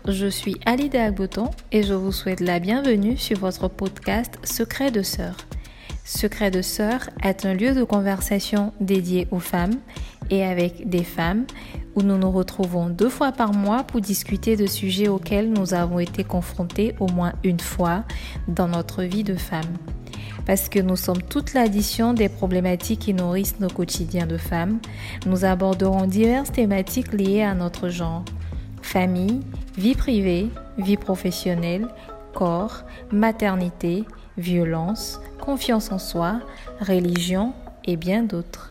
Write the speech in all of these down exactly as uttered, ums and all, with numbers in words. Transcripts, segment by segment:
je suis Alida Agboton et je vous souhaite la bienvenue sur votre podcast Secrets de Sœurs. Secrets de Sœurs est un lieu de conversation dédié aux femmes et avec des femmes où nous nous retrouvons deux fois par mois pour discuter de sujets auxquels nous avons été confrontés au moins une fois dans notre vie de femme. Parce que nous sommes toute l'addition des problématiques qui nourrissent nos quotidiens de femmes, nous aborderons diverses thématiques liées à notre genre. Famille, vie privée, vie professionnelle, corps, maternité, violence, confiance en soi, religion et bien d'autres.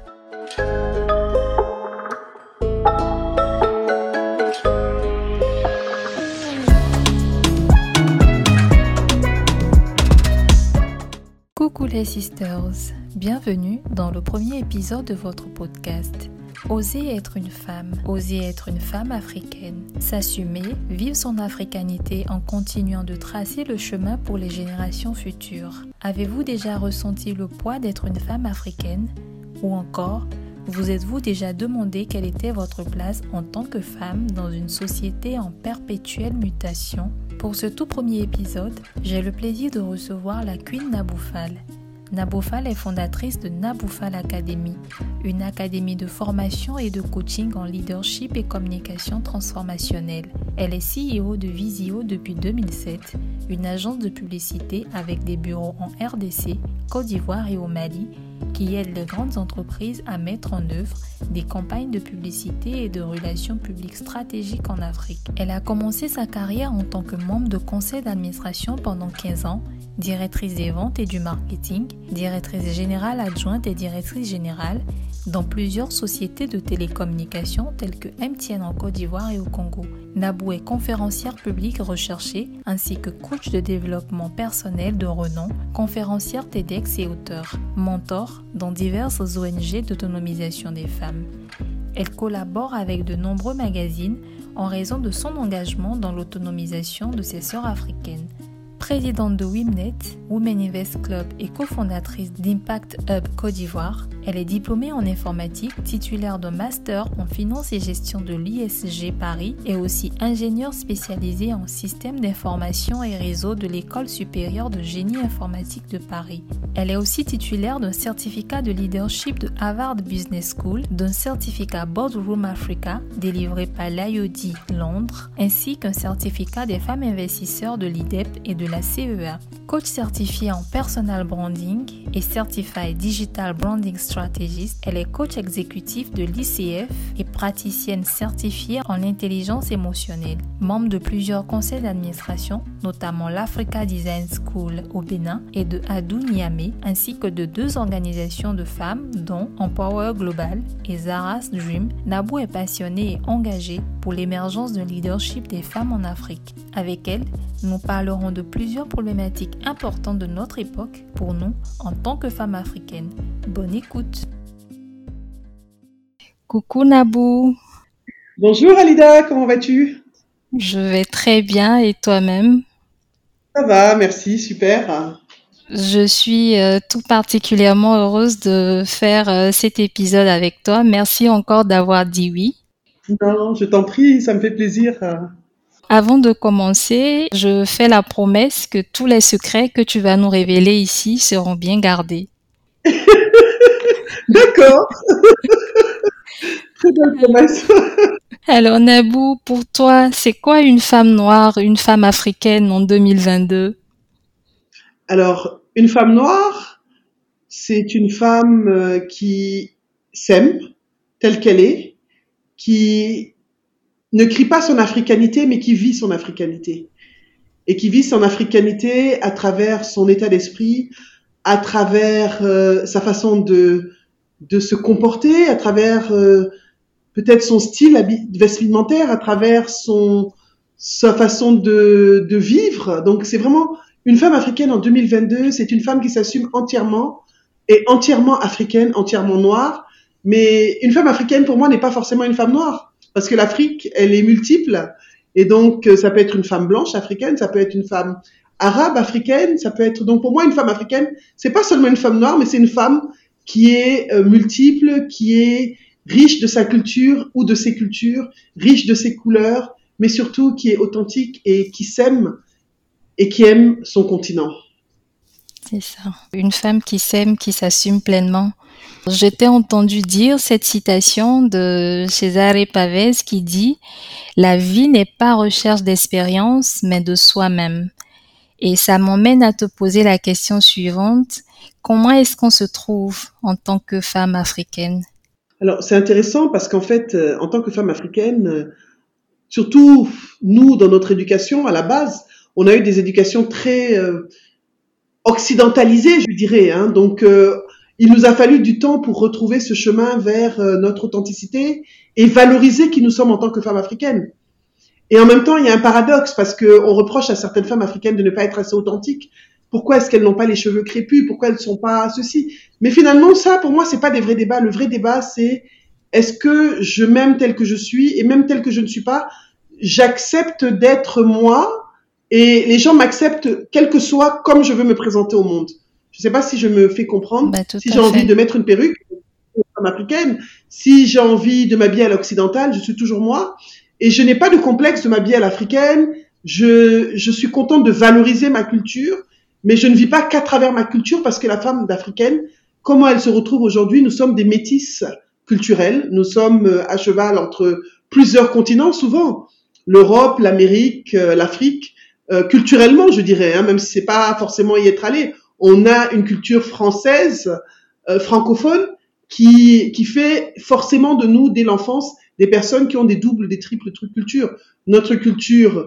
Coucou les sisters, bienvenue dans le premier épisode de votre podcast. Oser être une femme, oser être une femme africaine, s'assumer, vivre son africanité en continuant de tracer le chemin pour les générations futures. Avez-vous déjà ressenti le poids d'être une femme africaine? Ou encore, vous êtes-vous déjà demandé quelle était votre place en tant que femme dans une société en perpétuelle mutation? Pour ce tout premier épisode, j'ai le plaisir de recevoir la Queen Nabou Fall. Nabou Fall est fondatrice de Nabou Fall Academy, une académie de formation et de coaching en leadership et communication transformationnelle. Elle est C E O de Visio depuis deux mille sept, une agence de publicité avec des bureaux en R D C, Côte d'Ivoire et au Mali, qui aide les grandes entreprises à mettre en œuvre des campagnes de publicité et de relations publiques stratégiques en Afrique. Elle a commencé sa carrière en tant que membre de conseil d'administration pendant quinze ans, directrice des ventes et du marketing, directrice générale adjointe et directrice générale dans plusieurs sociétés de télécommunications telles que M T N en Côte d'Ivoire et au Congo. Nabou est conférencière publique recherchée ainsi que coach de développement personnel de renom, conférencière TEDx et auteure, mentor dans diverses O N G d'autonomisation des femmes. Elle collabore avec de nombreux magazines en raison de son engagement dans l'autonomisation de ses sœurs africaines. Présidente de Wimnet, Women Invest Club et cofondatrice d'Impact Hub Côte d'Ivoire, elle est diplômée en informatique, titulaire d'un master en finance et gestion de l'I S G Paris et aussi ingénieure spécialisée en système d'information et réseau de l'École supérieure de génie informatique de Paris. Elle est aussi titulaire d'un certificat de leadership de Harvard Business School, d'un certificat Boardroom Africa délivré par l'I O D Londres, ainsi qu'un certificat des femmes investisseurs de l'I D E P et de la C E A. Coach certifiée en personal branding et certified digital branding strategist, elle est coach exécutif de l'I C F et praticienne certifiée en intelligence émotionnelle. Membre de plusieurs conseils d'administration, notamment l'Africa Design School au Bénin et de Adou Niamey, ainsi que de deux organisations de femmes dont Empower Global et Zara's Dream. Nabou est passionnée et engagée pour l'émergence d'un leadership des femmes en Afrique. Avec elle, nous parlerons de plusieurs problématiques importantes de notre époque pour nous en tant que femmes africaines. Bonne écoute. Coucou Nabou. Bonjour Alida, comment vas-tu? Je vais très bien et toi-même? Ça va, merci, super. Je suis euh, tout particulièrement heureuse de faire euh, cet épisode avec toi. Merci encore d'avoir dit oui. Non, je t'en prie, ça me fait plaisir. Avant de commencer, je fais la promesse que tous les secrets que tu vas nous révéler ici seront bien gardés. D'accord. Très belle promesse. Alors Nabou, pour toi, c'est quoi une femme noire, une femme africaine en deux mille vingt-deux? Alors, une femme noire, c'est une femme euh, qui s'aime telle qu'elle est, qui ne crie pas son africanité, mais qui vit son africanité. Et qui vit son africanité à travers son état d'esprit, à travers euh, sa façon de, de se comporter, à travers euh, peut-être son style vestimentaire, à travers son, sa façon de, de vivre. Donc c'est vraiment une femme africaine en deux mille vingt-deux, c'est une femme qui s'assume entièrement, et entièrement africaine, entièrement noire. Mais une femme africaine, pour moi, n'est pas forcément une femme noire. Parce que l'Afrique, elle est multiple. Et donc, ça peut être une femme blanche africaine, ça peut être une femme arabe africaine, ça peut être... Donc, pour moi, une femme africaine, c'est pas seulement une femme noire, mais c'est une femme qui est euh, multiple, qui est riche de sa culture ou de ses cultures, riche de ses couleurs, mais surtout qui est authentique et qui s'aime et qui aime son continent. C'est ça. Une femme qui s'aime, qui s'assume pleinement. Je t'ai entendu dire cette citation de Cesare Pavese qui dit « La vie n'est pas recherche d'expérience, mais de soi-même ». Et ça m'emmène à te poser la question suivante. Comment est-ce qu'on se trouve en tant que femme africaine? Alors, c'est intéressant parce qu'en fait, euh, en tant que femme africaine, euh, surtout nous, dans notre éducation, à la base, on a eu des éducations très euh, occidentalisées, je dirais. Hein. Donc, euh, il nous a fallu du temps pour retrouver ce chemin vers euh, notre authenticité et valoriser qui nous sommes en tant que femmes africaines. Et en même temps, il y a un paradoxe parce qu'on reproche à certaines femmes africaines de ne pas être assez authentiques. Pourquoi est-ce qu'elles n'ont pas les cheveux crépus? Pourquoi elles ne sont pas ceci? Mais finalement, ça, pour moi, c'est pas des vrais débats. Le vrai débat, c'est est-ce que je m'aime tel que je suis et même tel que je ne suis pas, j'accepte d'être moi et les gens m'acceptent quel que soit comme je veux me présenter au monde. Je ne sais pas si je me fais comprendre. Bah, si j'ai envie fait. de mettre une perruque, une femme africaine. Si j'ai envie de m'habiller à l'occidentale, je suis toujours moi. Et je n'ai pas de complexe de m'habiller à l'africaine. Je, je suis contente de valoriser ma culture, mais je ne vis pas qu'à travers ma culture parce que la femme d'africaine, comment elle se retrouve aujourd'hui, nous sommes des métisses culturelles. Nous sommes à cheval entre plusieurs continents, souvent. L'Europe, l'Amérique, l'Afrique. Euh, culturellement, je dirais, hein, même si c'est pas forcément y être allé. On a une culture française, euh, francophone, qui, qui fait forcément de nous, dès l'enfance, des personnes qui ont des doubles, des triples cultures. Notre culture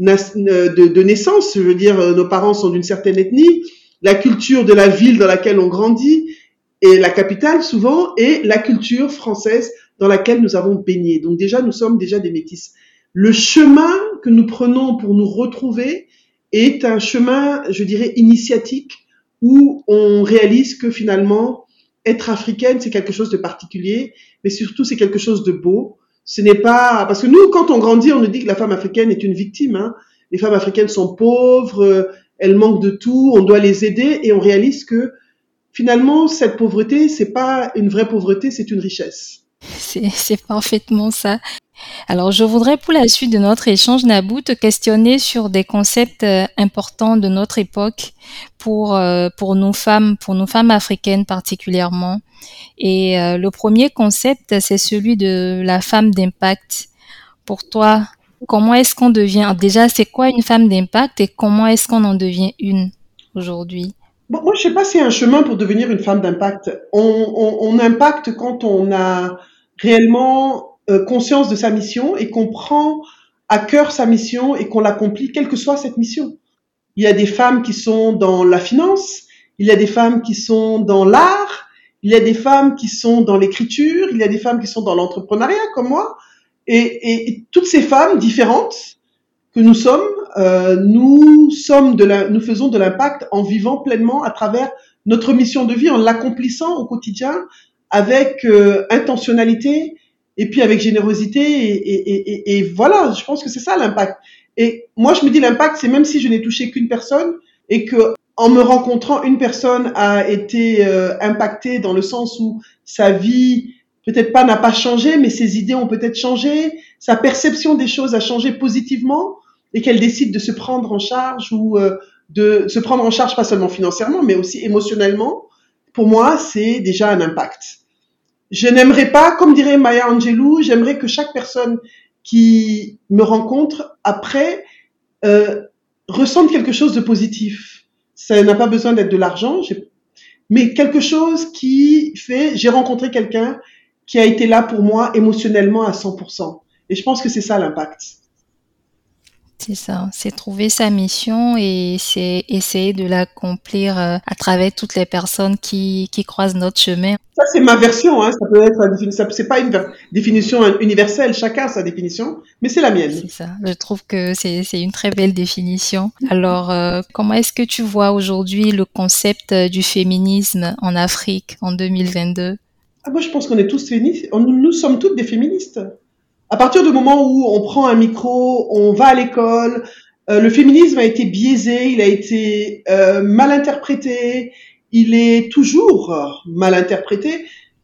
de, de naissance, je veux dire, nos parents sont d'une certaine ethnie, la culture de la ville dans laquelle on grandit, et la capitale souvent, et la culture française dans laquelle nous avons baigné. Donc déjà, nous sommes déjà des métisses. Le chemin que nous prenons pour nous retrouver est un chemin, je dirais, initiatique, où on réalise que finalement, être africaine, c'est quelque chose de particulier, mais surtout, c'est quelque chose de beau. Ce n'est pas... Parce que nous, quand on grandit, on nous dit que la femme africaine est une victime. Hein. Les femmes africaines sont pauvres, elles manquent de tout, on doit les aider, et on réalise que finalement, cette pauvreté, c'est pas une vraie pauvreté, c'est une richesse. C'est, c'est parfaitement ça. Alors, je voudrais pour la suite de notre échange, Nabou, te questionner sur des concepts euh, importants de notre époque pour euh, pour nos femmes, pour nos femmes africaines particulièrement. Et euh, le premier concept, c'est celui de la femme d'impact. Pour toi, comment est-ce qu'on devient, déjà, c'est quoi une femme d'impact et comment est-ce qu'on en devient une aujourd'hui? Bon, moi, je sais pas s'il y a un chemin pour devenir une femme d'impact. On, on, on impacte quand on a réellement euh, conscience de sa mission et qu'on prend à cœur sa mission et qu'on l'accomplit, quelle que soit cette mission. Il y a des femmes qui sont dans la finance, il y a des femmes qui sont dans l'art, il y a des femmes qui sont dans l'écriture, il y a des femmes qui sont dans l'entrepreneuriat comme moi. Et, et, et toutes ces femmes différentes que nous sommes, euh, nous sommes de la, nous faisons de l'impact en vivant pleinement à travers notre mission de vie, en l'accomplissant au quotidien avec euh, intentionnalité et puis avec générosité et, et, et, et voilà, je pense que c'est ça l'impact. Et moi je me dis l'impact, c'est même si je n'ai touché qu'une personne et que en me rencontrant, une personne a été euh, impactée dans le sens où sa vie peut-être pas n'a pas changé, mais ses idées ont peut-être changé, sa perception des choses a changé positivement et qu'elle décide de se prendre en charge ou euh, de se prendre en charge pas seulement financièrement, mais aussi émotionnellement. Pour moi, c'est déjà un impact. Je n'aimerais pas, comme dirait Maya Angelou, j'aimerais que chaque personne qui me rencontre après euh, ressente quelque chose de positif. Ça n'a pas besoin d'être de l'argent, j'ai... mais quelque chose qui fait, j'ai rencontré quelqu'un qui a été là pour moi émotionnellement à cent pour cent. Et je pense que c'est ça l'impact. C'est ça, c'est trouver sa mission et c'est essayer de l'accomplir euh, à travers toutes les personnes qui, qui croisent notre chemin. Ça, c'est ma version, hein. Ça peut être, ça, c'est pas une ver- définition universelle, chacun a sa définition, mais c'est la mienne. C'est ça, je trouve que c'est, c'est une très belle définition. Alors, euh, comment est-ce que tu vois aujourd'hui le concept du féminisme en Afrique en deux mille vingt-deux? Ah, moi, je pense qu'on est tous féministes, on, nous sommes toutes des féministes. À partir du moment où on prend un micro, on va à l'école, euh, le féminisme a été biaisé, il a été euh, mal interprété, il est toujours mal interprété.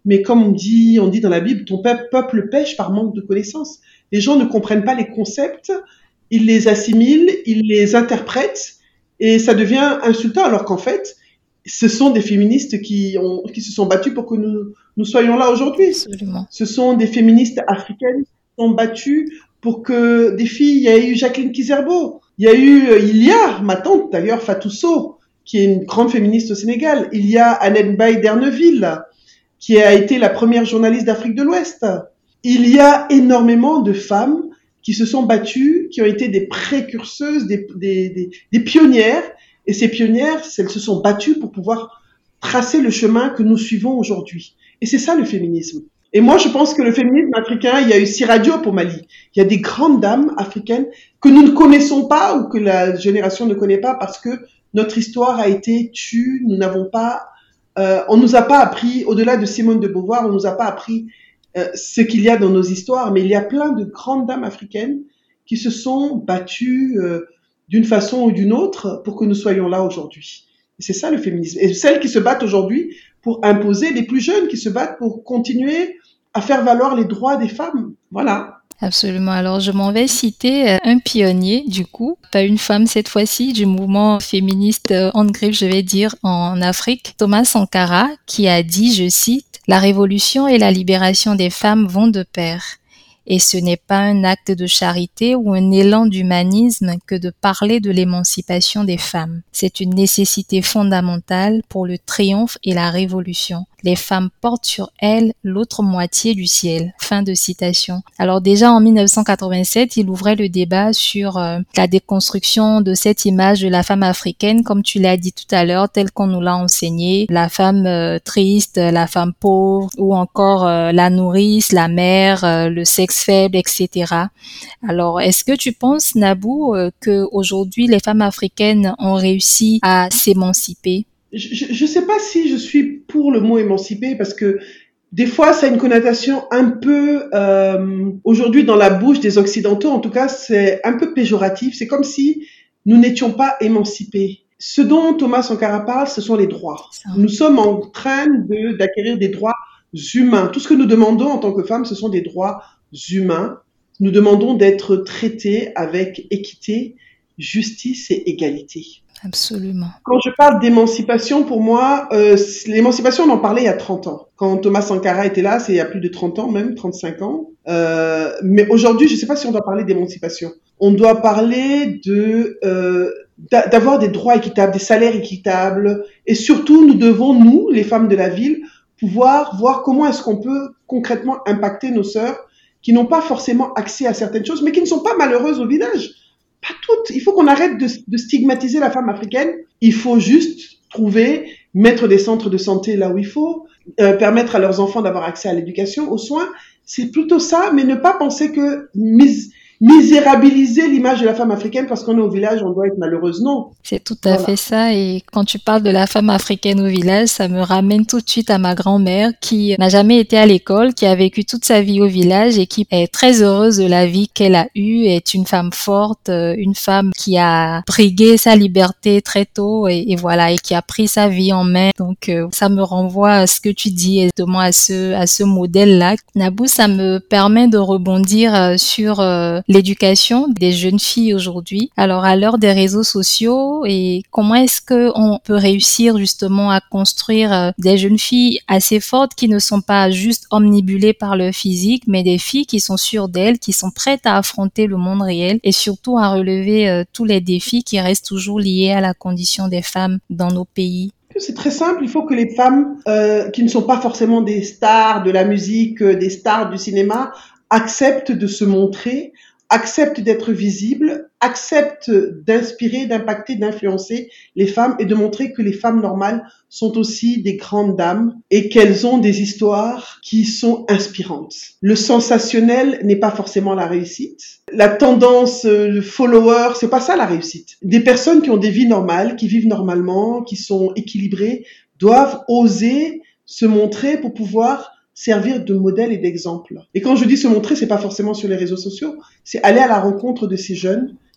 Mais comme on dit, on dit dans la Bible, ton peuple pêche par manque de connaissances. Les gens ne comprennent pas les concepts, ils les assimilent, ils les interprètent, et ça devient insultant, alors qu'en fait, ce sont des féministes qui ont, qui se sont battues pour que nous, nous soyons là aujourd'hui. Absolument. Ce sont des féministes africaines qui se sont battues pour que des filles, il y a eu Jacqueline Kizerbo, il y a eu, il y a ma tante d'ailleurs, Fatou Sow, qui est une grande féministe au Sénégal, il y a Annette Mbaye d'Erneville, qui a été la première journaliste d'Afrique de l'Ouest. Il y a énormément de femmes qui se sont battues, qui ont été des précurseuses, des, des, des, des pionnières, et ces pionnières, elles se sont battues pour pouvoir tracer le chemin que nous suivons aujourd'hui. Et c'est ça le féminisme. Et moi, je pense que le féminisme africain, il y a eu Sira Diop au Mali. Il y a des grandes dames africaines que nous ne connaissons pas ou que la génération ne connaît pas parce que notre histoire a été tue. Nous n'avons pas, euh, on nous a pas appris, au-delà de Simone de Beauvoir, on nous a pas appris euh, ce qu'il y a dans nos histoires. Mais il y a plein de grandes dames africaines qui se sont battues euh, d'une façon ou d'une autre pour que nous soyons là aujourd'hui. Et c'est ça le féminisme. Et celles qui se battent aujourd'hui pour imposer, les plus jeunes qui se battent pour continuer à faire valoir les droits des femmes. Voilà. Absolument. Alors, je m'en vais citer un pionnier, du coup, pas une femme cette fois-ci, du mouvement féministe en griffe, je vais dire, en Afrique, Thomas Sankara, qui a dit, je cite, « La révolution et la libération des femmes vont de pair. Et ce n'est pas un acte de charité ou un élan d'humanisme que de parler de l'émancipation des femmes. C'est une nécessité fondamentale pour le triomphe et la révolution. Les femmes portent sur elles l'autre moitié du ciel. » Fin de citation. Alors déjà en mille neuf cent quatre-vingt-sept, il ouvrait le débat sur euh, la déconstruction de cette image de la femme africaine, comme tu l'as dit tout à l'heure, telle qu'on nous l'a enseigné, la femme euh, triste, la femme pauvre, ou encore euh, la nourrice, la mère, euh, le sexe faible, et cetera. Alors, est-ce que tu penses, Nabou, euh, que aujourd'hui les femmes africaines ont réussi à s'émanciper? Je ne sais pas si je suis pour le mot émanciper parce que des fois, ça a une connotation un peu, euh, aujourd'hui dans la bouche des Occidentaux, en tout cas, c'est un peu péjoratif. C'est comme si nous n'étions pas émancipés. Ce dont Thomas Sankara parle, ce sont les droits. Nous sommes en train de, d'acquérir des droits humains. Tout ce que nous demandons en tant que femmes, ce sont des droits humains. Nous demandons d'être traités avec équité, justice et égalité. Absolument. Quand je parle d'émancipation, pour moi, euh, l'émancipation, on en parlait il y a trente ans. Quand Thomas Sankara était là, c'est il y a plus de trente ans, même trente-cinq ans. Euh, mais aujourd'hui, je ne sais pas si on doit parler d'émancipation. On doit parler de euh, d'avoir des droits équitables, des salaires équitables. Et surtout, nous devons, nous, les femmes de la ville, pouvoir voir comment est-ce qu'on peut concrètement impacter nos sœurs qui n'ont pas forcément accès à certaines choses, mais qui ne sont pas malheureuses au village. Pas toutes. Il faut qu'on arrête de, de stigmatiser la femme africaine. Il faut juste trouver, mettre des centres de santé là où il faut, euh, permettre à leurs enfants d'avoir accès à l'éducation, aux soins. C'est plutôt ça, mais ne pas penser que mis, misérabiliser l'image de la femme africaine parce qu'on est au village, on doit être malheureuse. Non. C'est tout à voilà. fait ça. Et quand tu parles de la femme africaine au village, ça me ramène tout de suite à ma grand-mère qui n'a jamais été à l'école, qui a vécu toute sa vie au village et qui est très heureuse de la vie qu'elle a eue, est une femme forte, une femme qui a brigué sa liberté très tôt et, et voilà, et qui a pris sa vie en main. Donc, euh, ça me renvoie à ce que tu dis, exactement à ce, à ce modèle-là. Nabou, ça me permet de rebondir sur euh, l'éducation des jeunes filles aujourd'hui. Alors, à l'heure des réseaux sociaux, et comment est-ce que on peut réussir justement à construire euh, des jeunes filles assez fortes qui ne sont pas juste omnibulées par leur physique, mais des filles qui sont sûres d'elles, qui sont prêtes à affronter le monde réel et surtout à relever euh, tous les défis qui restent toujours liés à la condition des femmes dans nos pays? C'est très simple, il faut que les femmes euh, qui ne sont pas forcément des stars de la musique, euh, des stars du cinéma, acceptent de se montrer, acceptent d'être visibles, acceptent d'inspirer, d'impacter, d'influencer les femmes et de montrer que les femmes normales sont aussi des grandes dames et qu'elles ont des histoires qui sont inspirantes. Le sensationnel n'est pas forcément la réussite. La tendance euh, follower, c'est pas ça la réussite. Des personnes qui ont des vies normales, qui vivent normalement, qui sont équilibrées, doivent oser se montrer pour pouvoir servir de modèle et d'exemple. Et quand je dis se montrer, c'est pas forcément sur les réseaux sociaux, c'est aller à la rencontre de ces jeunes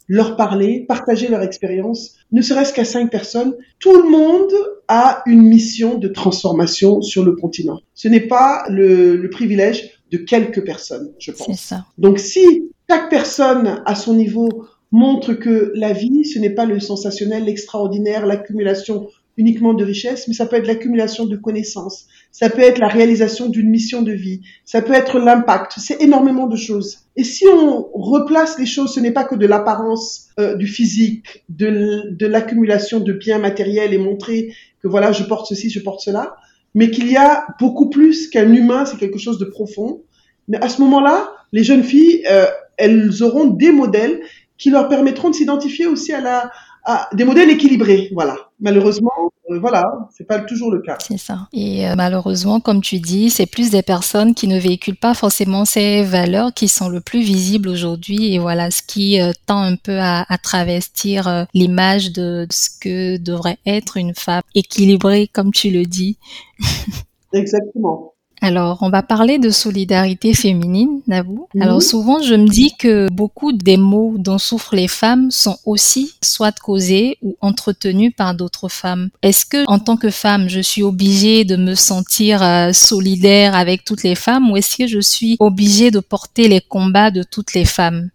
leur parler, partager leur expérience, ne serait-ce qu'à cinq personnes. Tout le monde a une mission de transformation sur le continent. Ce n'est pas le, le privilège de quelques personnes, je pense. C'est ça. Donc si chaque personne à son niveau montre que la vie, ce n'est pas le sensationnel, l'extraordinaire, l'accumulation uniquement de richesses, mais ça peut être l'accumulation de connaissances, ça peut être la réalisation d'une mission de vie, ça peut être l'impact, c'est énormément de choses. Et si on replace les choses, ce n'est pas que de l'apparence euh, du physique, de, de l'accumulation de biens matériels et montrer que voilà, je porte ceci, je porte cela, mais qu'il y a beaucoup plus qu'un humain, c'est quelque chose de profond. Mais à ce moment-là, les jeunes filles, euh, elles auront des modèles qui leur permettront de s'identifier aussi à la à des modèles équilibrés, voilà. Malheureusement, euh, voilà, c'est pas toujours le cas. C'est ça. Et euh, malheureusement, comme tu dis, c'est plus des personnes qui ne véhiculent pas forcément ces valeurs qui sont le plus visibles aujourd'hui. Et voilà, ce qui euh, tend un peu à, à travestir euh, l'image de, de ce que devrait être une femme équilibrée, comme tu le dis. Exactement. Alors, on va parler de solidarité féminine, Nabou. Mmh. Alors, souvent, je me dis que beaucoup des maux dont souffrent les femmes sont aussi soit causés ou entretenus par d'autres femmes. Est-ce que, en tant que femme, je suis obligée de me sentir euh, solidaire avec toutes les femmes, ou est-ce que je suis obligée de porter les combats de toutes les femmes?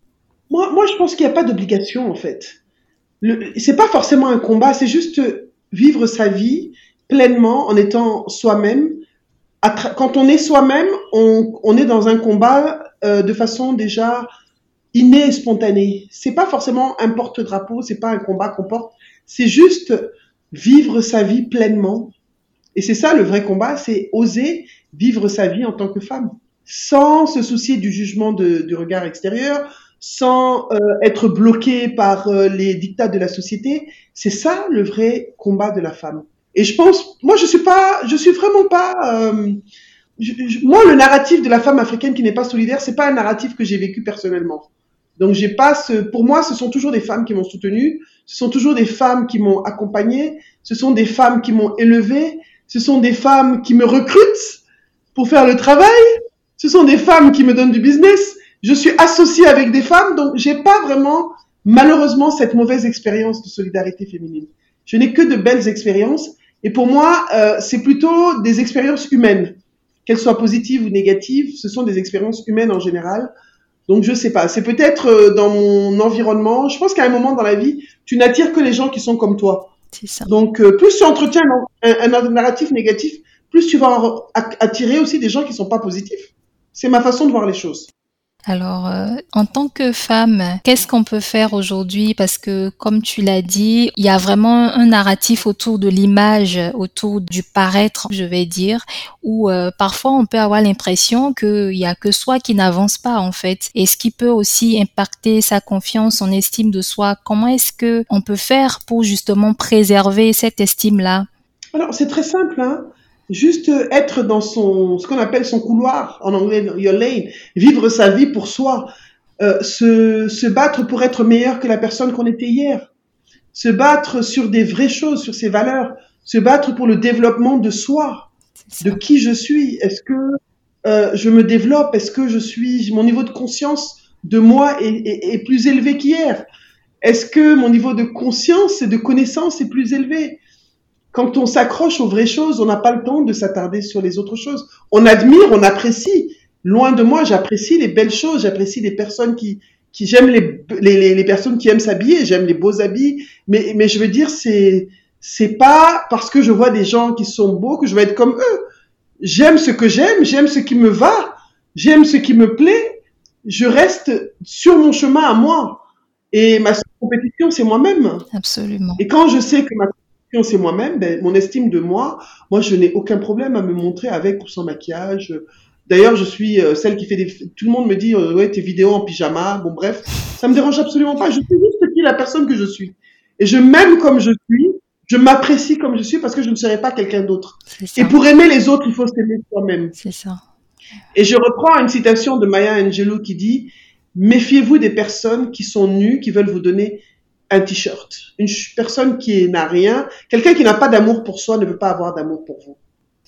Moi, moi, je pense qu'il n'y a pas d'obligation, en fait. Le, c'est pas forcément un combat, c'est juste vivre sa vie pleinement en étant soi-même. Quand on est soi-même, on, on est dans un combat euh, de façon déjà innée et spontanée. C'est pas forcément un porte-drapeau, c'est pas un combat qu'on porte, c'est juste vivre sa vie pleinement. Et c'est ça le vrai combat, c'est oser vivre sa vie en tant que femme, sans se soucier du jugement de, du regard extérieur, sans euh, être bloqué par euh, les dictats de la société. C'est ça le vrai combat de la femme. Et je pense, moi je suis pas, je suis vraiment pas, euh, je, je, moi le narratif de la femme africaine qui n'est pas solidaire, c'est pas un narratif que j'ai vécu personnellement. Donc j'ai pas ce, pour moi ce sont toujours des femmes qui m'ont soutenue, ce sont toujours des femmes qui m'ont accompagnée, ce sont des femmes qui m'ont élevée, ce sont des femmes qui me recrutent pour faire le travail, ce sont des femmes qui me donnent du business. Je suis associée avec des femmes, donc j'ai pas vraiment malheureusement cette mauvaise expérience de solidarité féminine. Je n'ai que de belles expériences. Et pour moi, euh, c'est plutôt des expériences humaines. Qu'elles soient positives ou négatives, ce sont des expériences humaines en général. Donc, je sais pas. C'est peut-être euh, dans mon environnement. Je pense qu'à un moment dans la vie, tu n'attires que les gens qui sont comme toi. C'est ça. Donc, euh, plus tu entretiens un, un, un narratif négatif, plus tu vas attirer aussi des gens qui sont pas positifs. C'est ma façon de voir les choses. Alors, euh, en tant que femme, qu'est-ce qu'on peut faire aujourd'hui? Parce que, comme tu l'as dit, il y a vraiment un narratif autour de l'image, autour du paraître, je vais dire, où euh, parfois on peut avoir l'impression qu'il y a que soi qui n'avance pas, en fait. Et ce qui peut aussi impacter sa confiance, son estime de soi. Comment est-ce que on peut faire pour justement préserver cette estime-là? Alors, c'est très simple, hein. Juste être dans son, ce qu'on appelle son couloir, en anglais, your lane, vivre sa vie pour soi, euh, se, se battre pour être meilleur que la personne qu'on était hier, se battre sur des vraies choses, sur ses valeurs, se battre pour le développement de soi, de qui je suis. Est-ce que euh, je me développe? Est-ce que je suis, mon niveau de conscience de moi est, est, est plus élevé qu'hier? Est-ce que mon niveau de conscience et de connaissance est plus élevé? Quand on s'accroche aux vraies choses, on n'a pas le temps de s'attarder sur les autres choses. On admire, on apprécie. Loin de moi, j'apprécie les belles choses, j'apprécie les personnes qui, qui j'aime les, les, les personnes qui aiment s'habiller, j'aime les beaux habits. Mais, mais je veux dire, c'est, c'est pas parce que je vois des gens qui sont beaux que je vais être comme eux. J'aime ce que j'aime, j'aime ce qui me va, j'aime ce qui me plaît. Je reste sur mon chemin à moi. Et ma compétition, c'est moi-même. Absolument. Et quand je sais que ma c'est moi-même, ben, mon estime de moi, moi je n'ai aucun problème à me montrer avec ou sans maquillage. D'ailleurs, je suis euh, celle qui fait des... Tout le monde me dit, euh, ouais, tes vidéos en pyjama, bon bref, ça me dérange absolument pas. Je suis juste qui la personne que je suis. Et je m'aime comme je suis, je m'apprécie comme je suis parce que je ne serai pas quelqu'un d'autre. Et pour aimer les autres, il faut s'aimer soi-même. C'est ça. Et je reprends une citation de Maya Angelou qui dit, méfiez-vous des personnes qui sont nues, qui veulent vous donner un t-shirt. Une personne qui n'a rien, quelqu'un qui n'a pas d'amour pour soi ne peut pas avoir d'amour pour vous.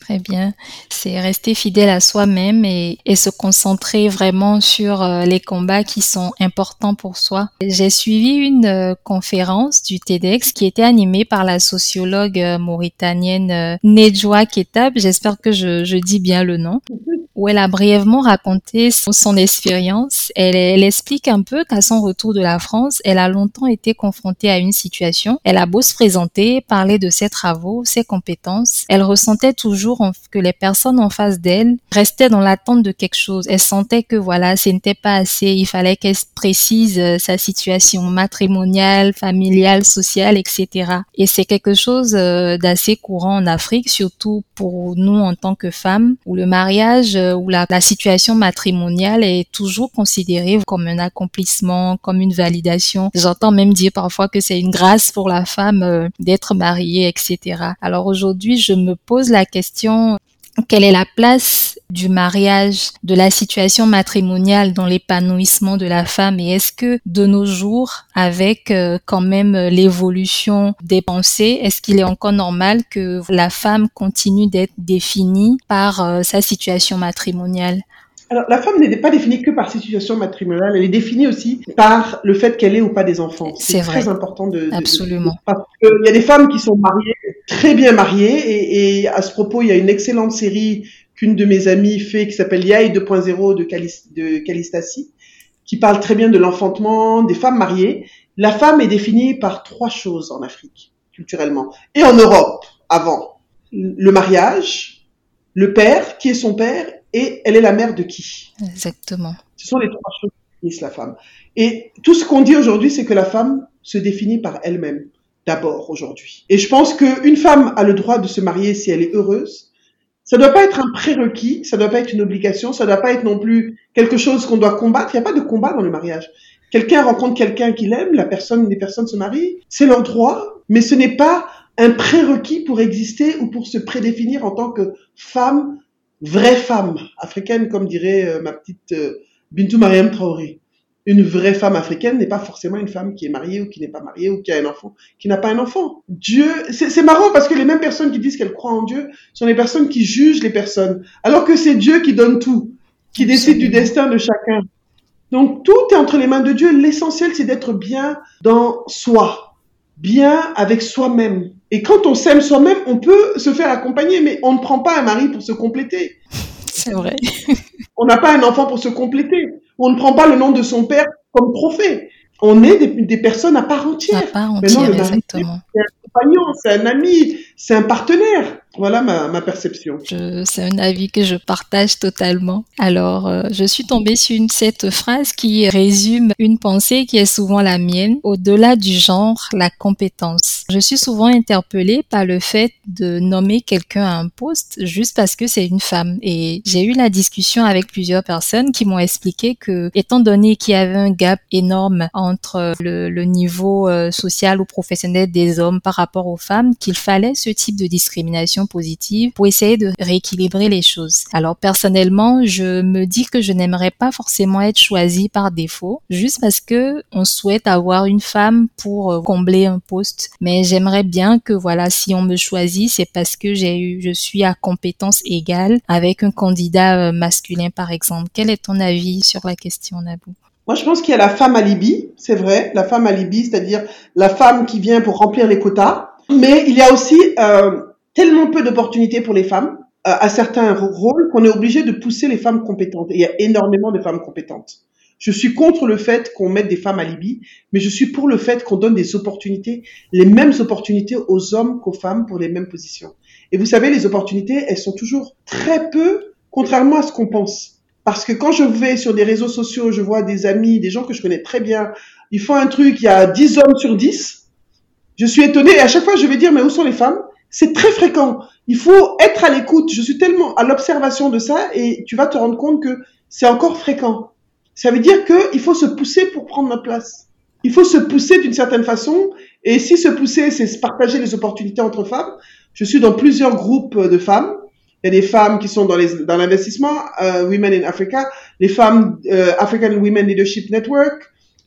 Très bien. C'est rester fidèle à soi-même et, et se concentrer vraiment sur euh, les combats qui sont importants pour soi. J'ai suivi une euh, conférence du TEDx qui était animée par la sociologue euh, mauritanienne euh, Nedjoa Ketab, j'espère que je, je dis bien le nom, où elle a brièvement raconté son, son expérience. Elle, elle explique un peu qu'à son retour de la France, elle a longtemps été confrontée à une situation. Elle a beau se présenter, parler de ses travaux, ses compétences, elle ressentait toujours que les personnes en face d'elle restaient dans l'attente de quelque chose. Elle sentait que voilà, ce n'était pas assez. Il fallait qu'elle précise euh, sa situation matrimoniale, familiale, sociale, et cetera. Et c'est quelque chose euh, d'assez courant en Afrique, surtout pour nous en tant que femmes, où le mariage euh, ou la, la situation matrimoniale est toujours considérée comme un accomplissement, comme une validation. J'entends même dire parfois que c'est une grâce pour la femme euh, d'être mariée, et cetera. Alors aujourd'hui, je me pose la question: quelle est la place du mariage, de la situation matrimoniale dans l'épanouissement de la femme, et est-ce que de nos jours, avec euh, quand même l'évolution des pensées, est-ce qu'il est encore normal que la femme continue d'être définie par euh, sa situation matrimoniale? Alors, la femme n'est pas définie que par sa situation matrimoniale, elle est définie aussi par le fait qu'elle ait ou pas des enfants. C'est, c'est vrai. Très important de, de Absolument. De, parce qu'il y a des femmes qui sont mariées, très bien mariées, et, et à ce propos, il y a une excellente série qu'une de mes amies fait qui s'appelle Yaï deux point zéro de, Calis, de Calistassi, qui parle très bien de l'enfantement des femmes mariées. La femme est définie par trois choses en Afrique, culturellement, et en Europe, avant. Le mariage, le père, qui est son père, et elle est la mère de qui? Exactement. Ce sont les trois choses qui définissent la femme. Et tout ce qu'on dit aujourd'hui, c'est que la femme se définit par elle-même, d'abord, aujourd'hui. Et je pense qu'une femme a le droit de se marier si elle est heureuse. Ça ne doit pas être un prérequis, ça ne doit pas être une obligation, ça ne doit pas être non plus quelque chose qu'on doit combattre. Il n'y a pas de combat dans le mariage. Quelqu'un rencontre quelqu'un qu'il aime, la personne, les personnes se marient, c'est leur droit, mais ce n'est pas un prérequis pour exister ou pour se prédéfinir en tant que femme, vraie femme africaine, comme dirait euh, ma petite euh, Bintou Mariam Traoré. Une vraie femme africaine n'est pas forcément une femme qui est mariée ou qui n'est pas mariée ou qui a un enfant, qui n'a pas un enfant. Dieu, c'est, c'est marrant parce que les mêmes personnes qui disent qu'elles croient en Dieu sont les personnes qui jugent les personnes, alors que c'est Dieu qui donne tout, qui décide du destin de chacun. Donc tout est entre les mains de Dieu. L'essentiel, c'est d'être bien dans soi, bien avec soi-même. Et quand on s'aime soi-même, on peut se faire accompagner, mais on ne prend pas un mari pour se compléter. C'est vrai. On n'a pas un enfant pour se compléter. On ne prend pas le nom de son père comme trophée. On est des, des personnes à part entière. À part entière, Maintenant, le mari, exactement. c'est un compagnon, c'est un ami, c'est un partenaire. Voilà ma, ma perception. Je, c'est un avis que je partage totalement. Alors, euh, je suis tombée sur une, cette phrase qui résume une pensée qui est souvent la mienne. Au-delà du genre, la compétence. Je suis souvent interpellée par le fait de nommer quelqu'un à un poste juste parce que c'est une femme. Et j'ai eu la discussion avec plusieurs personnes qui m'ont expliqué que, étant donné qu'il y avait un gap énorme entre le, le niveau euh, social ou professionnel des hommes par rapport aux femmes, qu'il fallait ce type de discrimination positive pour essayer de rééquilibrer les choses. Alors personnellement, je me dis que je n'aimerais pas forcément être choisie par défaut, juste parce que on souhaite avoir une femme pour combler un poste. Mais j'aimerais bien que voilà, si on me choisit, c'est parce que j'ai eu, je suis à compétence égale avec un candidat masculin par exemple. Quel est ton avis sur la question, Nabou? Moi, je pense qu'il y a la femme alibi, c'est vrai, la femme alibi, c'est-à-dire la femme qui vient pour remplir les quotas. Mais il y a aussi euh, tellement peu d'opportunités pour les femmes euh, à certains rôles qu'on est obligé de pousser les femmes compétentes. Et il y a énormément de femmes compétentes. Je suis contre le fait qu'on mette des femmes alibi, mais je suis pour le fait qu'on donne des opportunités, les mêmes opportunités aux hommes qu'aux femmes pour les mêmes positions. Et vous savez, les opportunités, elles sont toujours très peu, contrairement à ce qu'on pense. Parce que quand je vais sur des réseaux sociaux, je vois des amis, des gens que je connais très bien, ils font un truc, il y a dix hommes sur dix. Je suis étonnée et à chaque fois je vais dire, mais où sont les femmes? C'est très fréquent. Il faut être à l'écoute. Je suis tellement à l'observation de ça et tu vas te rendre compte que c'est encore fréquent. Ça veut dire qu'il faut se pousser pour prendre notre place. Il faut se pousser d'une certaine façon et si se pousser, c'est se partager les opportunités entre femmes. Je suis dans plusieurs groupes de femmes. Il y a des femmes qui sont dans, les, dans l'investissement, euh, Women in Africa, les femmes euh, African Women Leadership Network,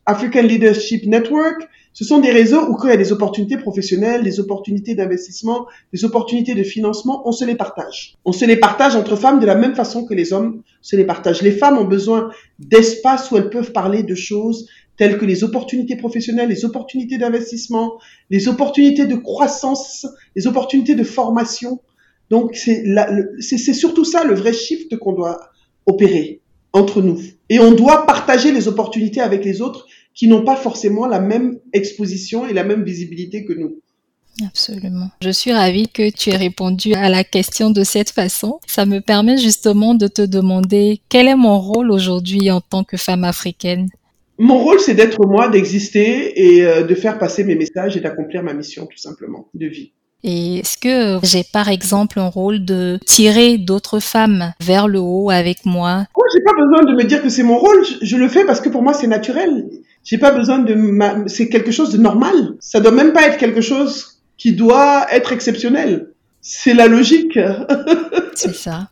African Leadership Network, ce sont des réseaux où quand il y a des opportunités professionnelles, des opportunités d'investissement, des opportunités de financement, on se les partage. On se les partage entre femmes de la même façon que les hommes se les partagent. Les femmes ont besoin d'espace où elles peuvent parler de choses telles que les opportunités professionnelles, les opportunités d'investissement, les opportunités de croissance, les opportunités de formation. Donc, c'est, la, c'est, c'est surtout ça le vrai shift qu'on doit opérer entre nous. Et on doit partager les opportunités avec les autres qui n'ont pas forcément la même exposition et la même visibilité que nous. Absolument. Je suis ravie que tu aies répondu à la question de cette façon. Ça me permet justement de te demander quel est mon rôle aujourd'hui en tant que femme africaine. Mon rôle, c'est d'être moi, d'exister et euh, de faire passer mes messages et d'accomplir ma mission, tout simplement, de vie. Et est-ce que j'ai par exemple un rôle de tirer d'autres femmes vers le haut avec moi? Moi, j'ai pas besoin de me dire que c'est mon rôle. Je, je le fais parce que pour moi, c'est naturel. J'ai pas besoin de ma... c'est quelque chose de normal. Ça doit même pas être quelque chose qui doit être exceptionnel. C'est la logique. C'est ça.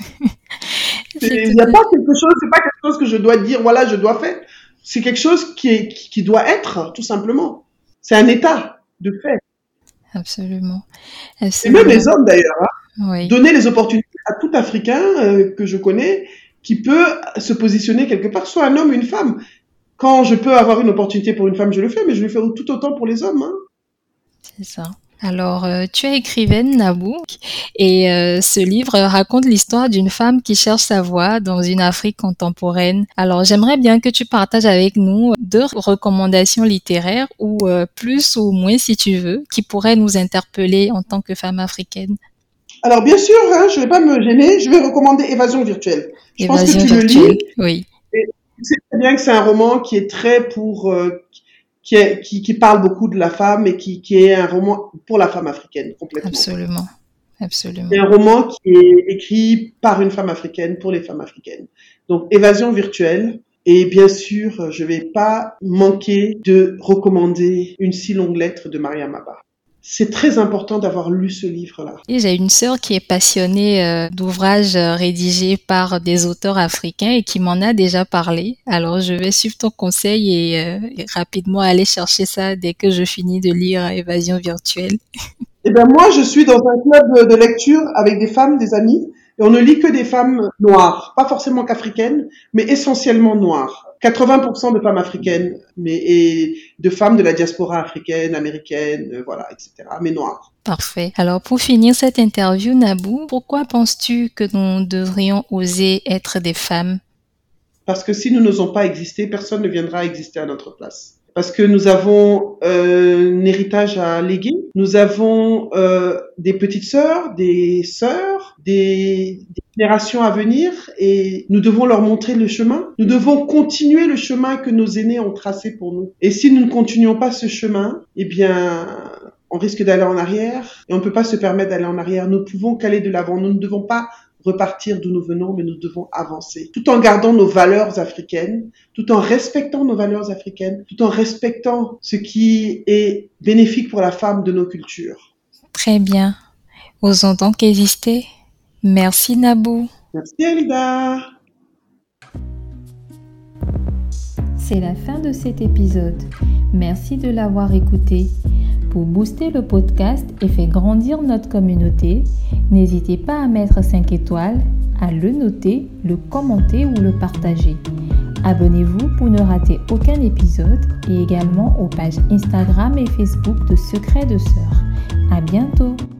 Il n'y a pas quelque chose, c'est pas quelque chose que je dois dire, voilà, je dois faire. C'est quelque chose qui est, qui doit être, tout simplement. C'est un état de fait. Absolument. Absolument. Et même les hommes d'ailleurs. Hein. Oui. Donner les opportunités à tout Africain euh, que je connais qui peut se positionner quelque part, soit un homme ou une femme. Quand je peux avoir une opportunité pour une femme, je le fais, mais je le fais tout autant pour les hommes. Hein. C'est ça. Alors, euh, tu es écrivaine, Nabou, et euh, ce livre raconte l'histoire d'une femme qui cherche sa voie dans une Afrique contemporaine. Alors, j'aimerais bien que tu partages avec nous deux recommandations littéraires, ou euh, plus ou moins si tu veux, qui pourraient nous interpeller en tant que femme africaine. Alors, bien sûr, hein, je ne vais pas me gêner, je vais recommander Évasion virtuelle. Je Évasion pense que tu virtuelle, le lis. Oui. Et tu sais très bien que c'est un roman qui est très pour... Euh, Qui, est, qui, qui parle beaucoup de la femme et qui, qui est un roman pour la femme africaine, complètement. Absolument, absolument. C'est un roman qui est écrit par une femme africaine, pour les femmes africaines. Donc, Évasion virtuelle. Et bien sûr, je vais pas manquer de recommander Une si longue lettre de Mariam Abba. C'est très important d'avoir lu ce livre-là. Et j'ai une sœur qui est passionnée euh, d'ouvrages euh, rédigés par des auteurs africains et qui m'en a déjà parlé. Alors, je vais suivre ton conseil et, euh, et rapidement aller chercher ça dès que je finis de lire Évasion virtuelle. Eh ben moi, je suis dans un club de lecture avec des femmes, des amies, et on ne lit que des femmes noires, pas forcément qu'africaines, mais essentiellement noires. quatre-vingts pour cent de femmes africaines, mais et de femmes de la diaspora africaine, américaine, euh, voilà, et cetera, mais noires. Parfait. Alors, pour finir cette interview, Nabou, pourquoi penses-tu que nous devrions oser être des femmes? Parce que si nous n'osons pas exister, personne ne viendra exister à notre place. Parce que nous avons euh, un héritage à léguer. Nous avons euh, des petites sœurs, des sœurs, des, des générations à venir et nous devons leur montrer le chemin. Nous devons continuer le chemin que nos aînés ont tracé pour nous. Et si nous ne continuons pas ce chemin, eh bien, on risque d'aller en arrière et on ne peut pas se permettre d'aller en arrière. Nous pouvons qu'aller de l'avant. Nous ne devons pas repartir d'où nous venons, mais nous devons avancer, tout en gardant nos valeurs africaines, tout en respectant nos valeurs africaines, tout en respectant ce qui est bénéfique pour la femme de nos cultures. Très bien. Osons donc exister. Merci Nabou. Merci Alida. C'est la fin de cet épisode. Merci de l'avoir écouté. Pour booster le podcast et faire grandir notre communauté, n'hésitez pas à mettre cinq étoiles, à le noter, le commenter ou le partager. Abonnez-vous pour ne rater aucun épisode et également aux pages Instagram et Facebook de Secrets de Sœurs. À bientôt!